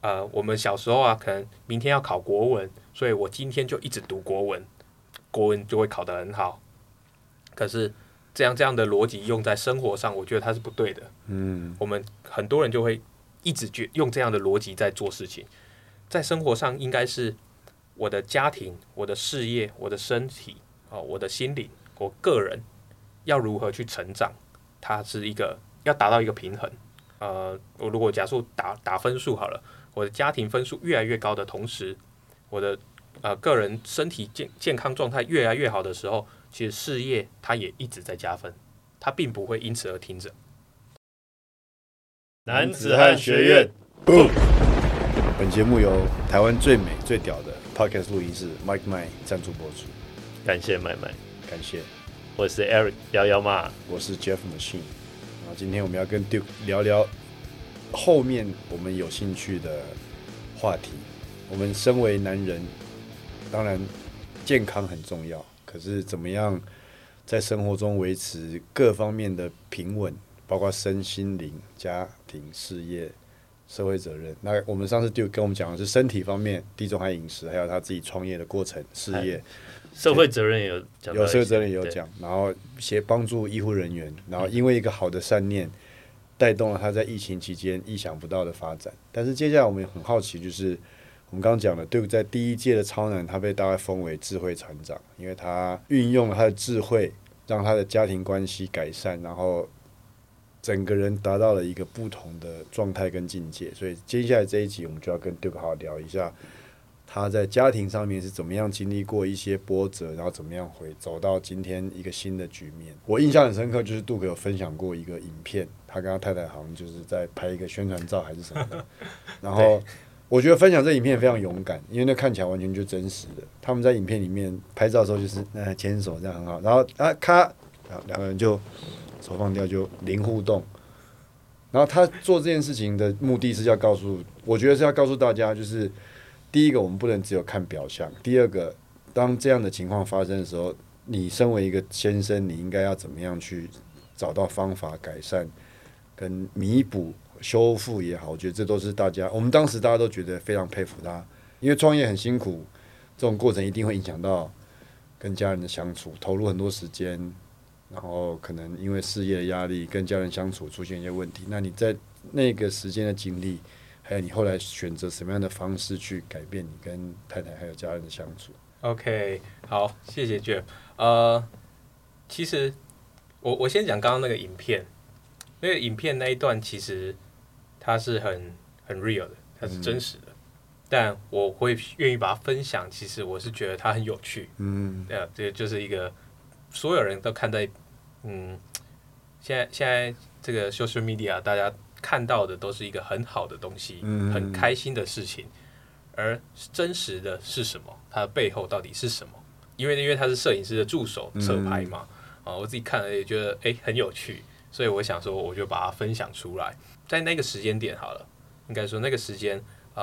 我们小时候啊，可能明天要考国文，所以我今天就一直读国文，国文就会考得很好。可是这样的逻辑用在生活上，我觉得它是不对的。我们很多人就会一直用这样的逻辑在做事情，在生活上应该是我的家庭、我的事业、我的身体、我的心灵、我个人要如何去成长，它是一个要达到一个平衡。我如果假设打分数好了，我的家庭分数越来越高的同时，我的个人身体健康状态越来越好的时候，其实事业它也一直在加分，它并不会因此而停止。 男子汉学院， 本节目由台湾最美最屌的 Podcast 录音室 Mike Mai 赞助播出， 感谢麦麦， 感谢。 我是 Eric 摇摇嘛， 我是 Jeff Machine。然后今天我们要跟 Duke 聊聊后面我们有兴趣的话题。我们身为男人，当然健康很重要，可是怎么样在生活中维持各方面的平稳，包括身心灵、家庭、事业、社会责任。那我们上次就跟我们讲的是身体方面，地中海饮食，还有他自己创业的过程、事业。 社会责任也有讲到， 有社会责任也有讲，然后帮助医护人员，然后因为一个好的善念，带动了他在疫情期间意想不到的发展。但是接下来我们很好奇，就是我们刚刚讲的，对，在第一届的超男，他被大概封为智慧船长，因为他运用了他的智慧，让他的家庭关系改善，然后整个人达到了一个不同的状态跟境界。所以接下来这一集，我们就要跟 Duke 好好聊一下他在家庭上面是怎么样经历过一些波折，然后怎么样走到今天一个新的局面。我印象很深刻，就是 Duke 有分享过一个影片，他跟他太太好像就是在拍一个宣传照还是什么的，然后我觉得分享这影片非常勇敢，因为那看起来完全就真实的。他们在影片里面拍照的时候就是牵手这样很好，然后咔，两个人就手放掉就零互动。然后他做这件事情的目的是要我觉得是要告诉大家，就是第一个我们不能只有看表象，第二个当这样的情况发生的时候，你身为一个先生，你应该要怎么样去找到方法改善跟弥补修复也好，我觉得这都是我们当时大家都觉得非常佩服他，因为创业很辛苦，这种过程一定会影响到跟家人的相处，投入很多时间，然后可能因为事业的压力跟家人相处出现一些问题，那你在那个时间的经历，还有你后来选择什么样的方式去改变你跟太太还有家人的相处。 OK， 好，谢谢 Jeff。其实我先讲刚刚那个影片，那个影片那一段其实它是很 real 的，它是真实的，但我会愿意把它分享。其实我是觉得它很有趣，这就是一个所有人都看在，现在这个 social media 大家看到的都是一个很好的东西，很开心的事情，而真实的是什么？它的背后到底是什么？因为他是摄影师的助手侧拍嘛，我自己看了也觉得很有趣，所以我想说我就把它分享出来。在那个时间点好了，应该说那个时间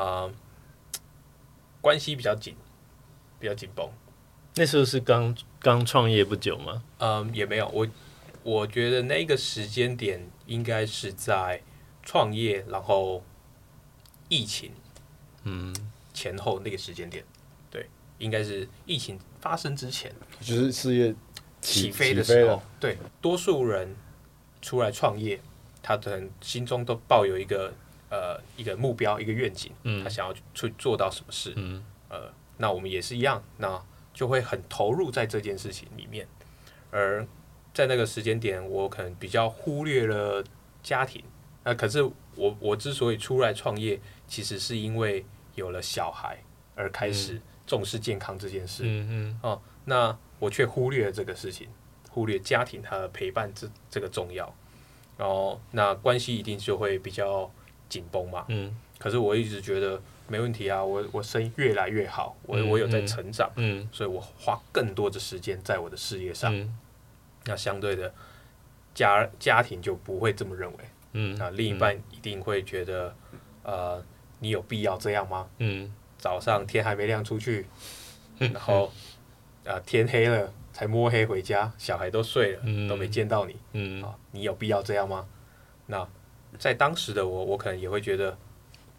关系比较紧绷。 那时候是刚创业不久吗？ 也没有，我觉得那个时间点应该是在创业，然后疫情，前后那个时间点，对，应该是疫情发生之前， 就是事业起飞的时候。对，多数人出来创业，他可能心中都抱有一个目标，一个愿景，他想要去做到什么事。那我们也是一样，那就会很投入在这件事情里面。而在那个时间点，我可能比较忽略了家庭。可是我之所以出来创业，其实是因为有了小孩而开始重视健康这件事。那我却忽略了这个事情，忽略家庭它的陪伴这个重要。然后那关系一定就会比较紧绷嘛。可是我一直觉得没问题啊，我生意越来越好，我有在成长，所以我花更多的时间在我的事业上。那相对的家庭就不会这么认为。那另一半一定会觉得，你有必要这样吗？早上天还没亮出去，然后天黑了才摸黑回家，小孩都睡了，都没见到你，你有必要这样吗？那在当时的我可能也会觉得，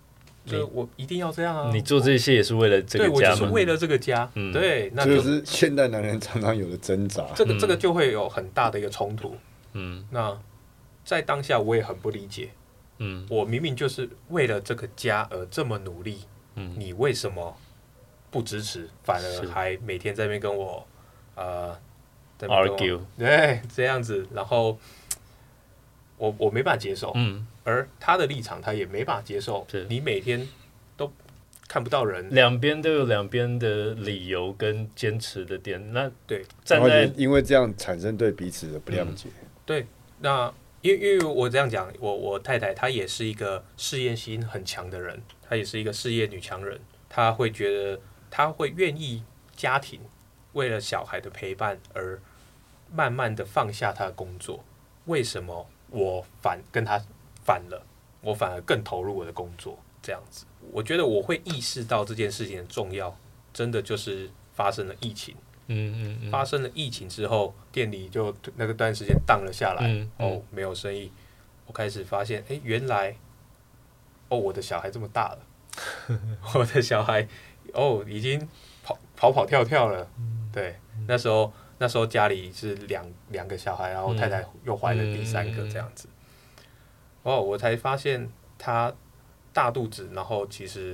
就我一定要这样啊！ 你做这些也是为了这个家吗？ 对，我就是为了这个家。对，那就是现代男人常常有的挣扎。 这个就会有很大的一个冲突。那在当下我也很不理解。我明明就是为了这个家而这么努力，你为什么不支持，反而还每天在那边跟我 argue， 对，这样子，然后我没办法接受，而他的立场他也没办法接受，你每天都看不到人， 两边都有两边的理由跟坚持的点，那对， 站在因为这样产生对彼此的不谅解， 对，那因为我这样讲，我太太她也是一个事业心很强的人，她也是一个事业女强人，她会觉得她会愿意家庭为了小孩的陪伴而慢慢的放下她的工作。为什么我跟她反了？我反而更投入我的工作，这样子，我觉得我会意识到这件事情的重要，真的就是发生了疫情。发生了疫情之后，店里就那个段时间荡了下来，没有生意。我开始发现，原来，我的小孩这么大了，我的小孩，已经跑跳了。对，那时候家里是两个小孩，然后太太又怀了第3个这样子。我才发现他大肚子，然后其实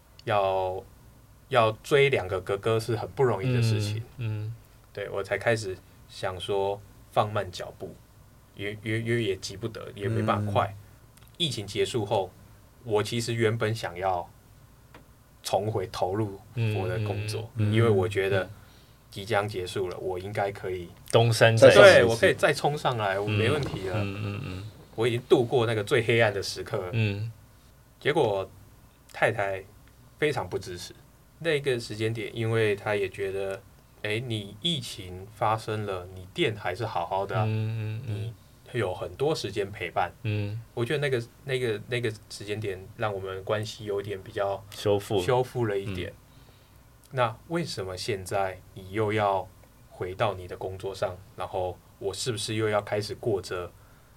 要追2个哥哥是很不容易的事情。对，我才开始想说放慢脚步，因为也急不得，也没办法快。疫情结束后，我其实原本想要重回投入我的工作，因为我觉得即将结束了，我应该可以东山再起， 对，我可以再冲上来，我没问题了。我已经度过那个最黑暗的时刻了。结果太太非常不支持那个时间点，因为她也觉得，你疫情发生了，你店还是好好的啊，你有很多时间陪伴。我觉得那个时间点让我们关系有点比较修复了一点。那为什么现在你又要回到你的工作上，然后我是不是又要开始过着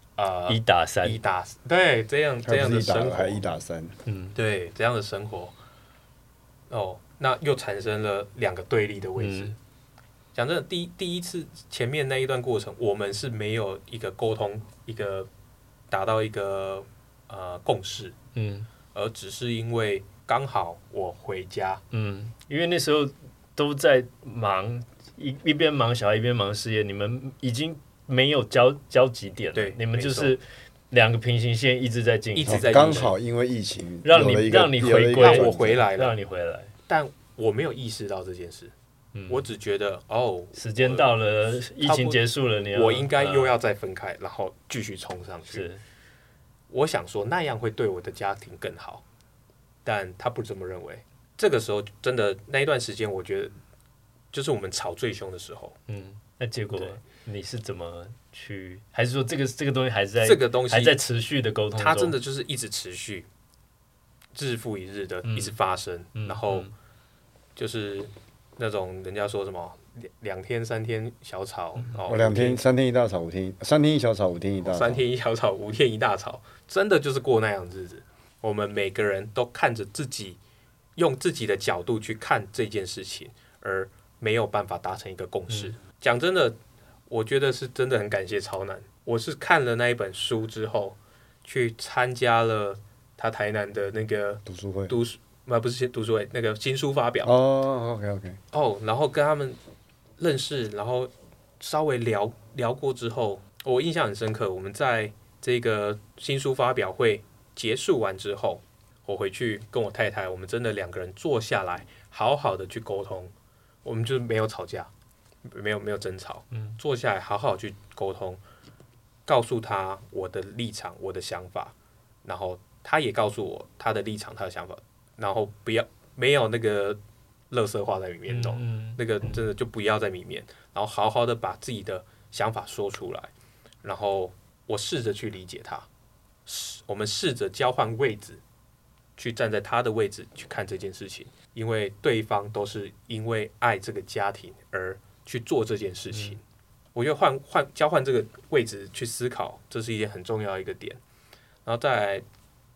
1打3， 对，这样的生活， 还1打3， 对，这样的生活，那又产生了2个对立的位置。讲真的，第一次前面那一段过程，我们是没有一个沟通，达到一个共识，而只是因为刚好我回家， 因为那时候都在忙，一边忙小孩一边忙事业，你们已经没有交集点了， 对， 你们就是2个平行线一直在进行， 刚好因为疫情让你回归， 让我回来了， 让你回来， 但我没有意识到这件事。我只觉得时间到了，疫情结束了， 我应该又要再分开，然后继续冲上去。我想说那样会对我的家庭更好，但他不这么认为。这个时候真的那一段时间，我觉得就是我们吵最凶的时候。 那结果你是怎么去？还是说这个东西还在持续的沟通中？ 它真的就是一直持续，日复一日的一直发生，然后就是那种人家说什么2天3天小吵 ，2天3天一大吵，3天一小吵，5天一大吵，3 天一小吵，5天一大吵，真的就是过那样的日子。我们每个人都看着自己，用自己的角度去看这件事情，而没有办法达成一个共识。讲真的，我觉得是真的很感谢超男。我是看了那一本书之后，去参加了他台南的那个读书会， 不是读书会，那个新书发表。 OK。 然后跟他们认识，然后稍微聊过之后，我印象很深刻。我们在这个新书发表会结束完之后，我回去跟我太太，我们真的2个人坐下来，好好的去沟通。我们就没有吵架，没有争吵，坐下来好好去沟通，告诉他我的立场、我的想法，然后他也告诉我他的立场、他的想法，然后没有那个垃圾话在里面弄，那个真的就不要在里面，然后好好的把自己的想法说出来，然后我试着去理解他，我们试着交换位置，去站在他的位置去看这件事情，因为对方都是因为爱这个家庭而去做这件事情。我觉得交换这个位置去思考，这是一件很重要的一个点。然后再来，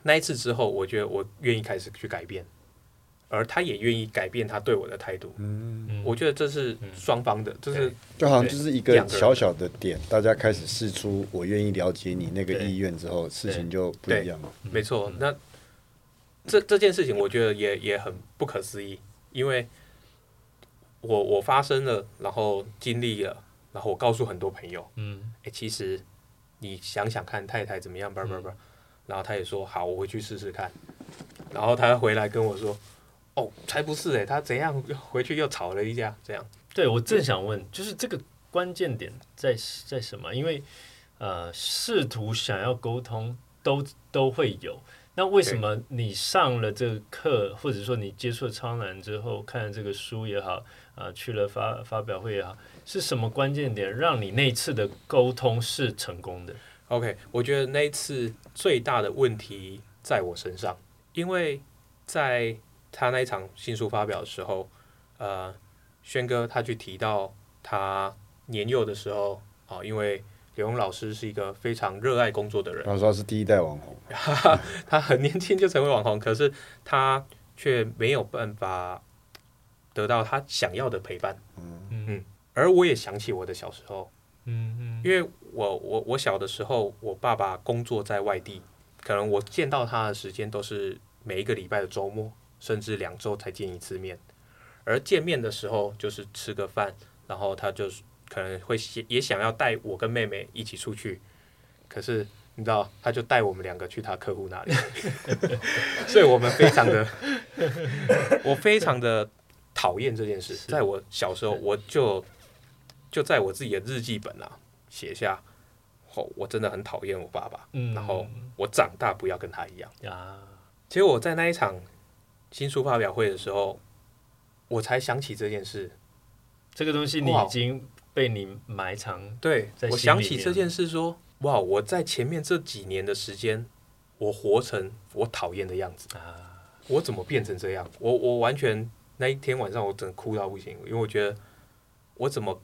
那一次之后，我觉得我愿意开始去改变，而他也愿意改变他对我的态度。我觉得这是双方的， 就好像就是一个小小的点，大家开始释出我愿意了解你那个意愿之后，事情就不一样了。 没错，那这件事情我觉得也很不可思议，因为我发生了，然后经历了，然后我告诉很多朋友，其实你想想看太太怎么样，然后他也说好，我回去试试看，然后他回来跟我说，哦，才不是他怎样回去又吵了一架，这样。 对，我正想问，就是这个关键点在什么？因为试图想要沟通都会有，那为什么你上了这个课，或者说你接触了超男之后，看了这个书也好，去了发表会也好，是什么关键点让你那一次的沟通是成功的？ OK， 我觉得那一次最大的问题在我身上，因为在他那一场新书发表的时候，轩哥他去提到他年幼的时候，因为刘墉老师是一个非常热爱工作的人， 他说他是第一代网红， 他很年轻就成为网红，可是他却没有办法得到他想要的陪伴。而我也想起我的小时候。因为我小的时候，我爸爸工作在外地，可能我见到他的时间都是每一个礼拜的周末，甚至2周才见一次面。而见面的时候就是吃个饭，然后他就可能会也想要带我跟妹妹一起出去，可是你知道，他就带我们2个去他客户那里，所以我非常的讨厌这件事。在我小时候，我就在我自己的日记本写下，我真的很讨厌我爸爸，然后我长大不要跟他一样。结果我在那一场新书发表会的时候，我才想起这件事。 这个东西你已经被你埋藏。 对，我想起这件事说，哇，我在前面这几年的时间，我活成我讨厌的样子我怎么变成这样？我完全那一天晚上我真的哭到不行，因为我觉得我怎么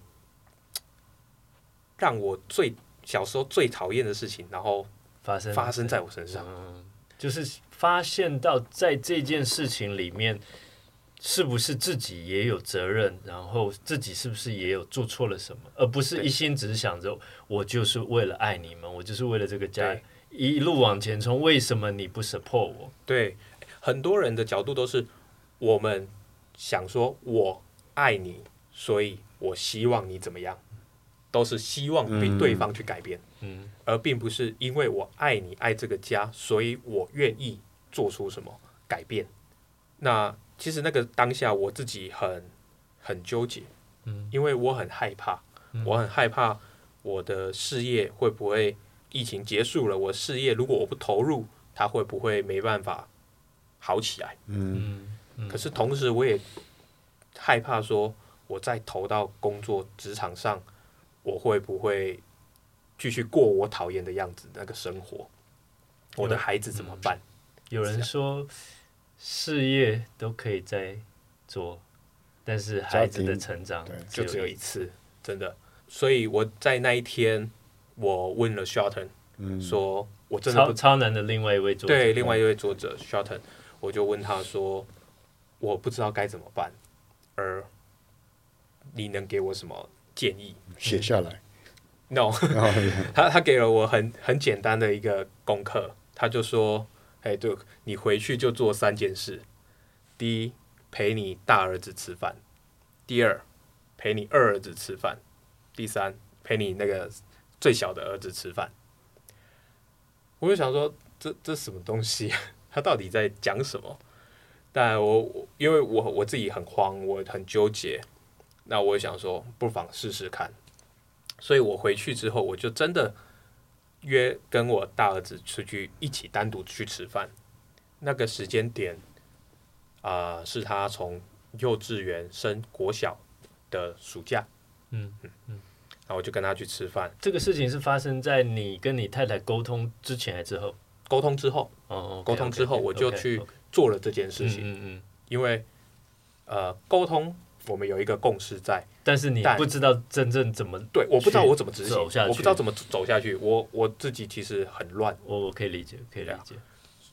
让我小时候最讨厌的事情，然后发生在我身上， 就是发现到在这件事情里面，是不是自己也有责任，然后自己是不是也有做错了什么，而不是一心只是想着我就是为了爱你们，我就是为了这个家一路往前冲，为什么你不 support 我？ 对，很多人的角度都是我们想说我爱你，所以我希望你怎么样。都是希望对方去改变，而并不是因为我爱你爱这个家，所以我愿意做出什么改变。那其实那个当下我自己很纠结，因为我很害怕，我的事业会不会疫情结束了，我事业如果我不投入，它会不会没办法好起来？可是同时我也害怕说，我再投到工作职场上。我会不会继续过我讨厌的样子那个生活？我的孩子怎么办？ 有人说事业都可以再做，但是孩子的成长就只有一次，真的。所以我在那一天，我问了 Shelton，说我真的超男的另外一位作者， 对，另外一位作者 Shelton，我就问他说，我不知道该怎么办，而你能给我什么建议？ 写下来。 No， 他给了我很简单的一个功课，他就说：“对，你回去就做3件事。第一，陪你大儿子吃饭；第二，陪你2儿子吃饭；第三，陪你那个最小的儿子吃饭。”我就想说，这什么东西？他到底在讲什么？但因为我自己很慌，我很纠结。那我想说，不妨试试看。所以我回去之后，我就真的约跟我大儿子出去一起单独去吃饭。那个时间点是他从幼稚园升国小的暑假。然后我就跟他去吃饭。 这个事情是发生在你跟你太太沟通之前还是之后？ 沟通之后。沟通之后我就去做了这件事情。因为沟通我们有一个共识在， 但是你不知道真正怎么对，我不知道我怎么执行，我不知道怎么走下去，我自己其实很乱。 我可以理解，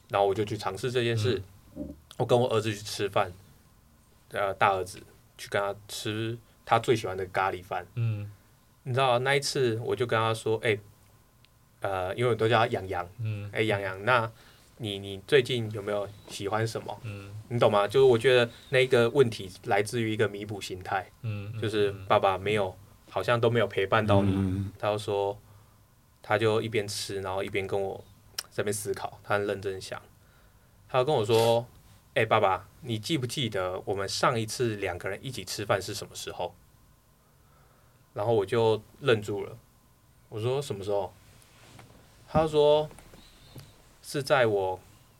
然后我就去尝试这件事。我跟我儿子去吃饭，大儿子去跟他吃他最喜欢的咖喱饭。你知道那一次我就跟他说，因为我都叫他洋洋，洋洋，那你最近有没有喜欢什么？你懂吗？就是我觉得那个问题来自于一个弥补心态，就是爸爸没有，好像都没有陪伴到你。他就说，他就一边吃，然后一边跟我在那边思考，他很认真想。他就跟我说，爸爸，你记不记得我们上一次2个人一起吃饭是什么时候？然后我就愣住了，我说什么时候？他说是在我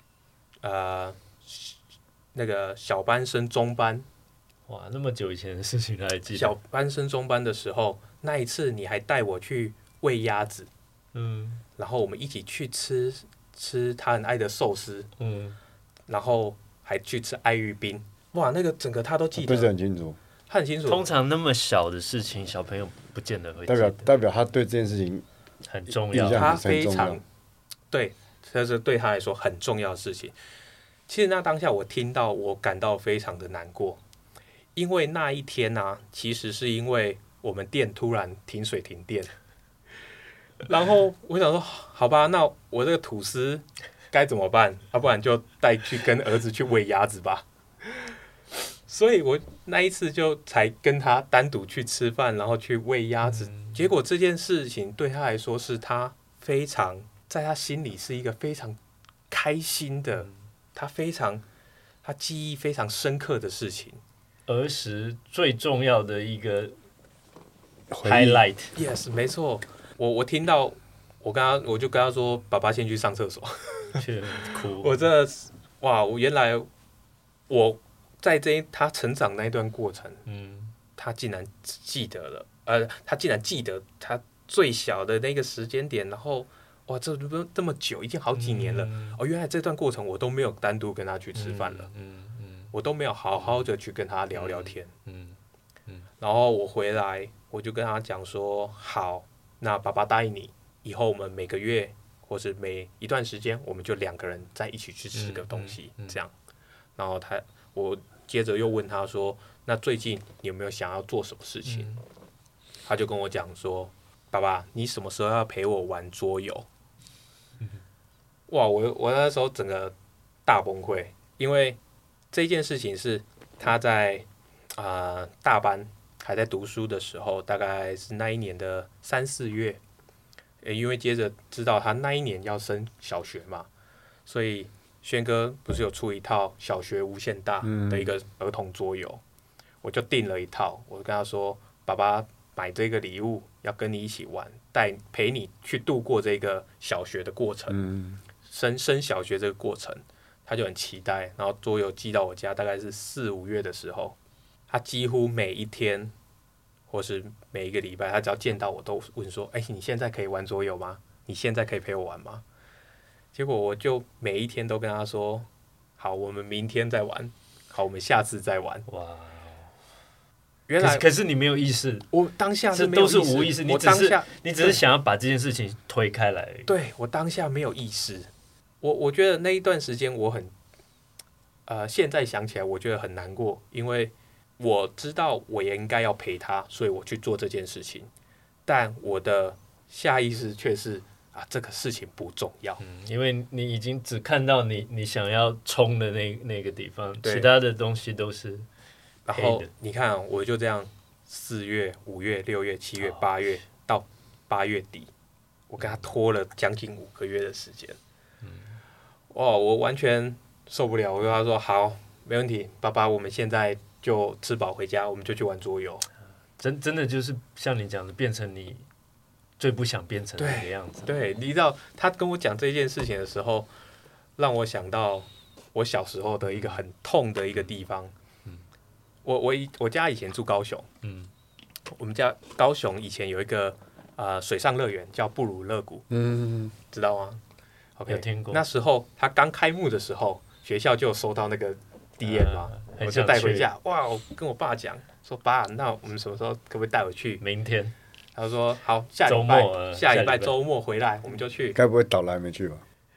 那个小班升中班。 哇，那么久以前的事情他还记得。 小班升中班的时候，那一次你还带我去喂鸭子，然后我们一起去吃他很爱的寿司，然后还去吃爱玉冰。哇，那个整个他都记得， 不是很清楚。 他很清楚。 通常那么小的事情，小朋友不见得会记得。 代表他对这件事情很重要， 他非常对，这是对他来说很重要的事情。其实那当下我听到，我感到非常的难过，因为那一天啊，其实是因为我们店突然停水停电，然后我想说，好吧，那我这个吐司该怎么办？要不然就带去跟儿子去喂鸭子吧。所以我那一次就才跟他单独去吃饭，然后去喂鸭子。结果这件事情对他来说是他非常在他心里是一个非常开心的，他记忆非常深刻的事情。 儿时最重要的一个 highlight。Yes， 没错。我听到我就跟他说，爸爸先去上厕所。 去哭。 我真的哇！原来我在他成长那一段过程，他竟然记得了，他竟然记得他最小的那个时间点，然后哇，这么久，已经好几年了。原来这段过程我都没有单独跟他去吃饭了，我都没有好好的去跟他聊聊天。然后我回来，我就跟他讲说，好，那爸爸答应你，以后我们每个月或是每一段时间，我们就2个人在一起去吃个东西，这样。然后我接着又问他说，那最近你有没有想要做什么事情？他就跟我讲说，爸爸，你什么时候要陪我玩桌游？哇，我那时候整个大崩溃，因为这件事情是他在大班还在读书的时候，大概是那一年的3、4月，因为接着知道他那一年要升小学嘛，所以轩哥不是有出一套小学无限大的一个儿童桌游，我就订了一套。我跟他说，爸爸买这个礼物要跟你一起玩，陪你去度过这个小学的过程，升小学这个过程，他就很期待。然后桌游寄到我家，大概是4、5月的时候，他几乎每一天或是每一个礼拜，他只要见到我都问说，你现在可以玩桌游吗？你现在可以陪我玩吗？结果我就每一天都跟他说，好，我们明天再玩，好，我们下次再玩。 哇！ 原来可是你没有意识， 我当下是没有意识， 都是无意识，你只是想要把这件事情推开来。 对，我当下没有意识。我觉得那一段时间我很现在想起来我觉得很难过，因为我知道我也应该要陪他，所以我去做这件事情，但我的下意识却是这个事情不重要， 因为你已经只看到你想要冲的那个地方，其他的东西都是黑的。 然后你看，我就这样4月、5月、6月、7月、8月到8月底，我跟他拖了将近5个月的时间。哇，我完全受不了，我跟他说好，没问题，爸爸，我们现在就吃饱回家，我们就去玩桌游。 真的就是像你讲的，变成你最不想变成的那个样子。 对，你知道他跟我讲这件事情的时候，让我想到我小时候的一个很痛的一个地方。我家以前住高雄，我们家高雄以前有一个水上乐园叫布鲁勒谷，知道吗？ 有听过。 那时候他刚开幕的时候，学校就有收到那个 DM 嘛，我就带回家。哇，我跟我爸讲说，爸，那我们什么时候可不可以带我去？ 明天。 他说好，下礼拜周末回来我们就去。 该不会倒了还没去吧？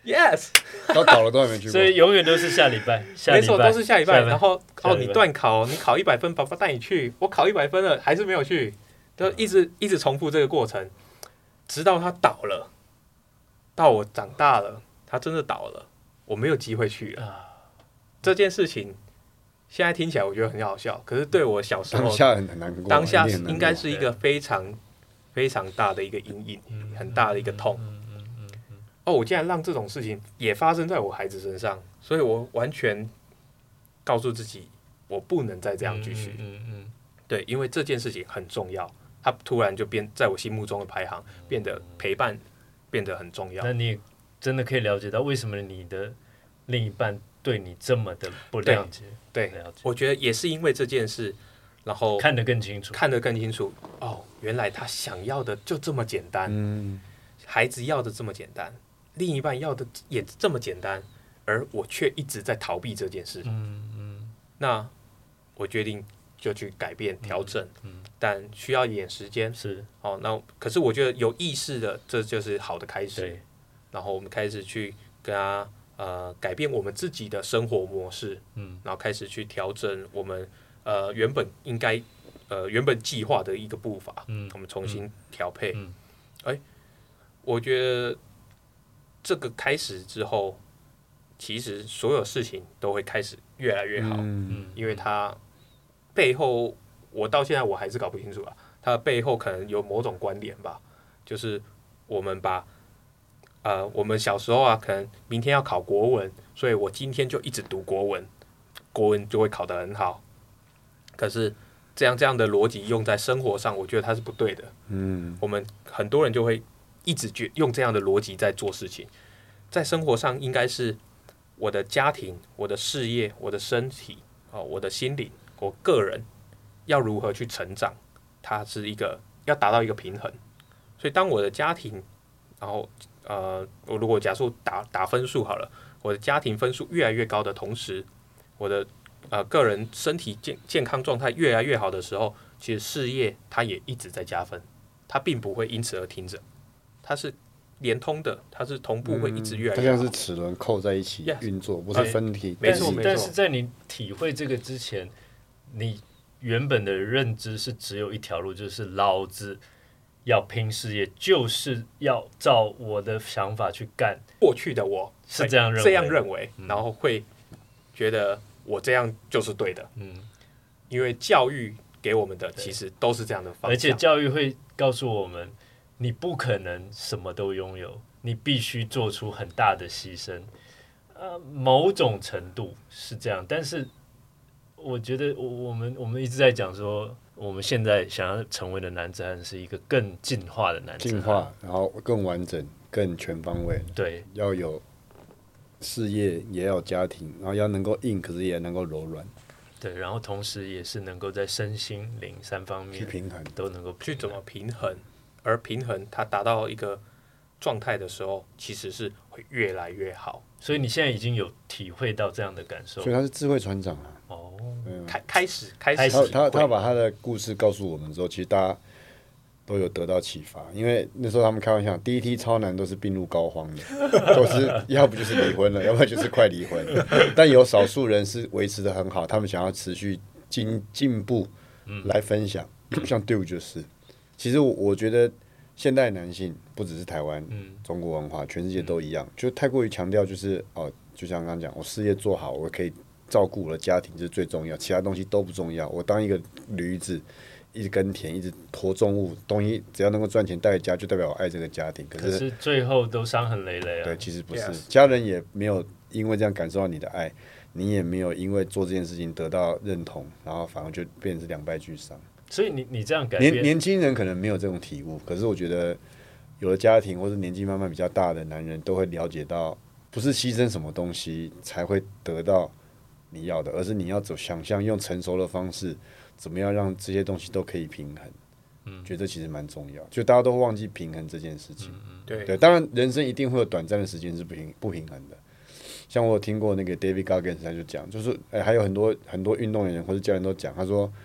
，yes， 都倒了都还没去过， 所以永远都是下礼拜， 没错，都是下礼拜。然后哦， 你段考，你考100分，爸爸带你去，我考100分了，还是没有去，就一直重复这个过程，直到他倒了，到我长大了，他真的倒了，我没有机会去了。这件事情现在听起来我觉得很好笑，可是对我小时候当下很难过， 当下应该是一个非常非常大的一个阴影，很大的一个痛。我竟然让这种事情也发生在我孩子身上，所以我完全告诉自己，我不能再这样继续。对，因为这件事情很重要，它突然就在我心目中的排行变得陪伴变得很重要。 那你也真的可以了解到为什么你的另一半对你这么的不谅解。 对，我觉得也是因为这件事，然后看得更清楚。 原来他想要的就这么简单，孩子要的这么简单，另一半要的也这么简单，而我却一直在逃避这件事。那我决定就去改变调整，但需要一点时间。那可是我觉得有意识的，这就是好的开始。然后我们开始去跟他改变我们自己的生活模式，然后开始去调整我们原本计划的一个步伐，我们重新调配。我觉得这个开始之后，其实所有事情都会开始越来越好，因为它背后我到现在我还是搞不清楚啊，它的背后可能有某种关联吧，就是我们我们小时候啊，可能明天要考国文，所以我今天就一直读国文，国文就会考得很好。可是这样的逻辑用在生活上，我觉得它是不对的。我们很多人就会一直用这样的逻辑在做事情，在生活上应该是我的家庭、我的事业、我的身体、我的心灵、我个人要如何去成长，它是要达到一个平衡。所以当我的家庭，然后我如果假设打分数好了，我的家庭分数越来越高的同时，我的个人身体健康状态越来越好的时候，其实事业它也一直在加分，它并不会因此而停止，它是连通的，它是同步会一直越来越好。 它像是齿轮扣在一起运作，不是分体。 没错。 但是在你体会这个之前，你原本的认知是只有一条路，就是老子要拼事业，就是要照我的想法去干。 过去的我是这样认为，然后会觉得我这样就是对的。因为教育给我们的其实都是这样的方向， 而且教育会告诉我们，你不可能什么都拥有，你必须做出很大的牺牲。某种程度是这样，但是我觉得我们一直在讲说，我们现在想要成为的男子汉是一个更进化的男子汉， 进化，然后更完整、更全方位。 对， 要有事业，也要有家庭，然后要能够硬，可是也能够柔软。 对，然后同时也是能够在身心灵3方面去平衡， 都能够去怎么平衡，而平衡它达到一个状态的时候，其实是会越来越好。 所以你现在已经有体会到这样的感受， 所以他是智慧船长啊。 开始他把他的故事告诉我们之后，其实大家都有得到启发。因为那时候他们开玩笑，第一梯超难都是病入膏肓的，都是要不就是离婚了，要不然就是快离婚。但有少数人是维持得很好，他们想要持续进步来分享，像 Duke 就是。其实我觉得现代男性不只是台湾，中国文化，全世界都一样，就太过于强调就是就像刚刚讲，我事业做好，我可以照顾我的家庭，这是最重要，其他东西都不重要。我当一个驴子，一直耕田，一直驮重物，东西只要能够赚钱带回家，就代表我爱这个家庭。 可是最后都伤痕累累啊。 对，其实不是，家人也没有因为这样感受到你的爱，你也没有因为做这件事情得到认同，然后反而就变成是两败俱伤。 所以你这样改变， 年轻人可能没有这种体悟，可是我觉得有了家庭或者年纪慢慢比较大的男人，都会了解到，不是牺牲什么东西才会得到你要的，而是你要想象用成熟的方式，怎么样让这些东西都可以平衡。觉得其实蛮重要，就大家都忘记平衡这件事情。对，当然人生一定会有短暂的时间是不平衡的。像我有听过那个 David Goggins 他就讲，就是还有很多运动员或者教练都讲，他说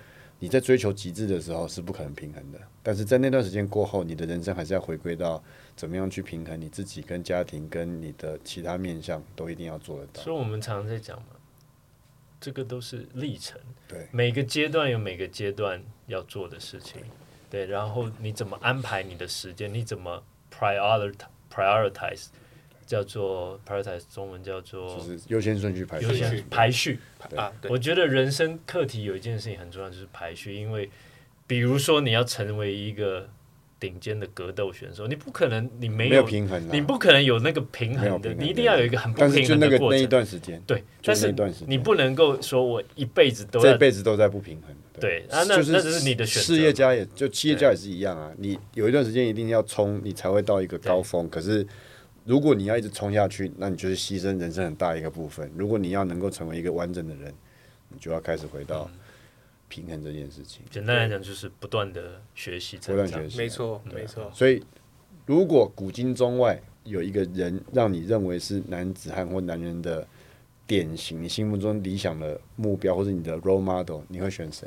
你在追求极致的时候是不可能平衡的，但是在那段时间过后，你的人生还是要回归到怎么样去平衡你自己跟家庭跟你的其他面向都一定要做得到。 所以我们常常在讲嘛，这个都是历程， 对， 每个阶段有每个阶段要做的事情，对，然后你怎么安排你的时间，你怎么 prioritize， 叫做 prioritize， 中文叫做就是优先顺序排序啊。 我觉得人生课题有一件事情很重要，就是排序，因为比如说你要成为一个顶尖的格斗选手，你不可能你没有平衡， 你不可能有那个平衡的，你一定要有一个很不平衡的过程。 那一段时间， 对，但是你不能够说我一辈子都这辈子都在不平衡。 对，那只是你的选择。 事业家企业家也是一样啊，你有一段时间一定要冲，你才会到一个高峰。可是如果你要一直冲下去，那你就是牺牲人生很大一个部分。如果你要能够成为一个完整的人，你就要开始回到平衡这件事情。 简单来讲，就是不断的学习， 不断学习， 没错，没错。 所以，如果古今中外有一个人让你认为是男子汉或男人的典型，你心目中理想的目标或者你的 role model， 你会选谁？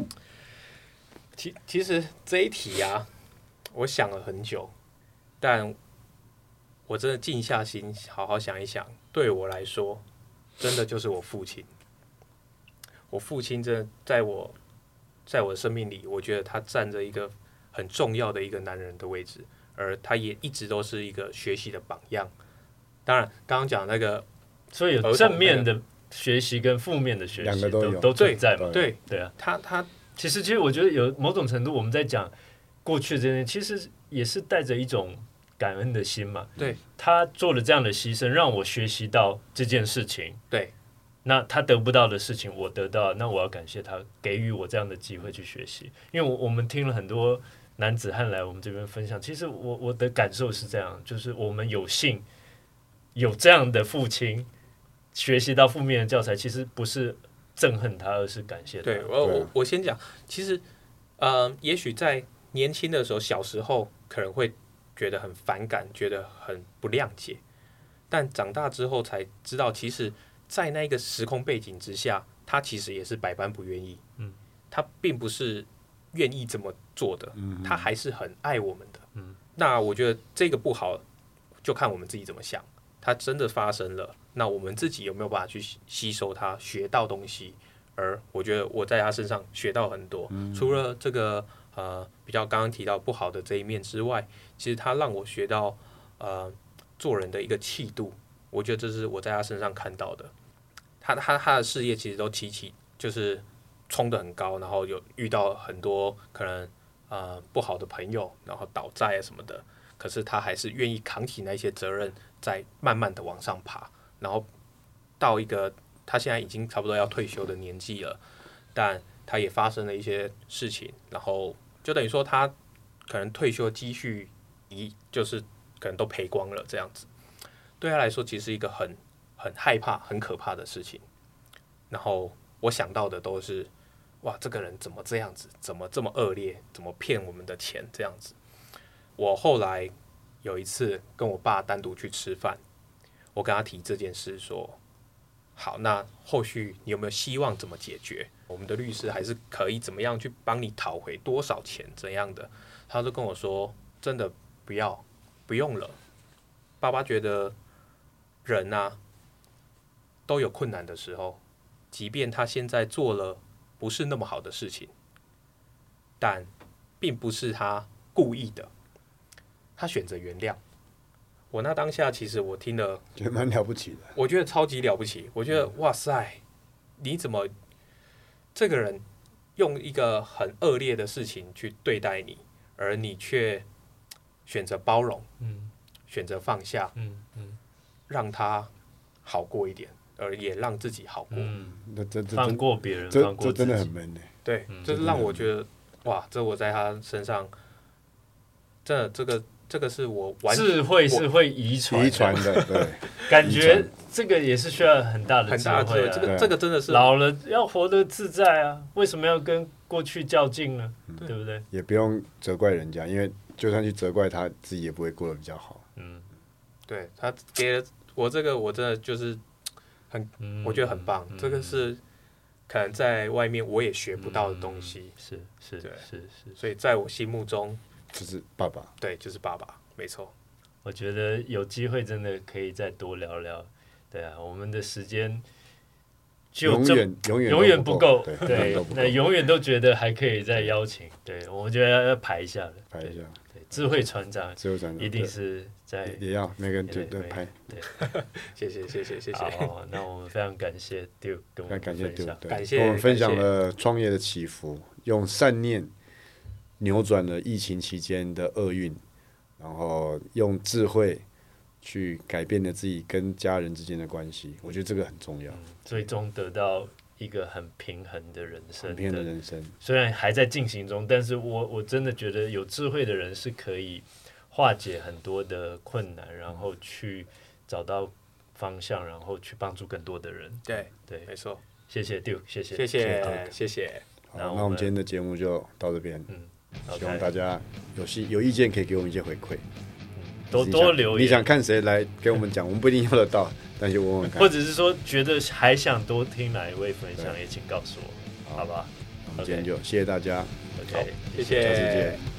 其实这一题啊，我想了很久，但我真的静下心好好想一想，对我来说，真的就是我父亲。我父亲真的在我的生命里，我觉得他站着一个很重要的一个男人的位置，而他也一直都是一个学习的榜样。当然，刚刚讲那个， 所以有正面的学习跟负面的学习两个都有， 都存在嘛？ 对啊， 他其实我觉得有某种程度我们在讲过去这件，其实也是带着一种感恩的心嘛。 对， 他做了这样的牺牲，让我学习到这件事情。 对。 那他得不到的事情我得到，那我要感谢他给予我这样的机会去学习。因为我们听了很多男子汉来我们这边分享，其实我的感受是这样，就是我们有幸有这样的父亲，学习到负面的教材，其实不是憎恨他，而是感谢他。 对，我先讲，其实也许在年轻的时候，小时候可能会觉得很反感，觉得很不谅解，但长大之后才知道，其实在那个时空背景之下，他其实也是百般不愿意。他并不是愿意这么做的，他还是很爱我们的。那我觉得这个不好，就看我们自己怎么想。它真的发生了，那我们自己有没有办法去吸收它，学到东西？而我觉得我在他身上学到很多，除了这个比较刚刚提到不好的这一面之外，其实他让我学到做人的一个气度。我觉得这是我在他身上看到的。他的事业其实都就是冲得很高，然后有遇到很多可能不好的朋友，然后倒债啊什么的，可是他还是愿意扛起那些责任，再慢慢的往上爬，然后到一个他现在已经差不多要退休的年纪了，但他也发生了一些事情，然后就等于说他可能退休积蓄就是可能都赔光了这样子，对他来说其实是一个很害怕、很可怕的事情。然后我想到的都是，哇，这个人怎么这样子？怎么这么恶劣？怎么骗我们的钱这样子？我后来有一次跟我爸单独去吃饭，我跟他提这件事说，好，那后续你有没有希望怎么解决？我们的律师还是可以怎么样去帮你讨回多少钱怎样的？他就跟我说，真的不用了。爸爸觉得人啊都有困难的时候，即便他现在做了不是那么好的事情，但并不是他故意的，他选择原谅。我那当下其实我听了， 觉得蛮了不起的。 我觉得超级了不起。我觉得哇塞，你怎么这个人用一个很恶劣的事情去对待你，而你却选择包容，选择放下，让他好过一点，而也让自己好过。 放过别人，放过自己， 这真的很闷。 对，这让我觉得哇，这我在他身上，真的这个是我智慧是会遗传的，对， 感觉这个也是需要很大的智慧啊。 这个真的是老了要活得自在啊，为什么要跟过去较劲呢？对不对？ 也不用责怪人家，因为就算去责怪他，自己也不会过得比较好。 对，他给了我这个，我真的就是我觉得很棒。这个是可能在外面我也学不到的东西。 是， 所以在我心目中就是爸爸。 对，就是爸爸，没错。 我觉得有机会真的可以再多聊聊。对啊，我们的时间就永远不够。对，那永远都觉得还可以再邀请。对，我觉得要排一下了。 排一下。 对，智慧船长一定是在也要每个人对拍。 对， 谢谢。 好，那我们非常感谢 Duke 跟我们分享， 跟我们分享了创业的起伏，用善念扭转了疫情期间的厄运，然后用智慧去改变了自己跟家人之间的关系。我觉得这个很重要。 最终得到一个很平衡的人生。 很平衡的人生， 虽然还在进行中，但是我真的觉得有智慧的人是可以化解很多的困难，然后去找到方向，然后去帮助更多的人。对， 没错。 谢谢 Duke， 谢谢。 好，那我们今天的节目就到这边。希望大家有意见可以给我们一些回馈。 多留言， 你想看谁来给我们讲？我们不一定要得到，但是问问看。 或者是说觉得还想多听哪一位分享，也请告诉我，好吧？ 我们今天就谢谢大家。 OK， 谢谢， 下次见。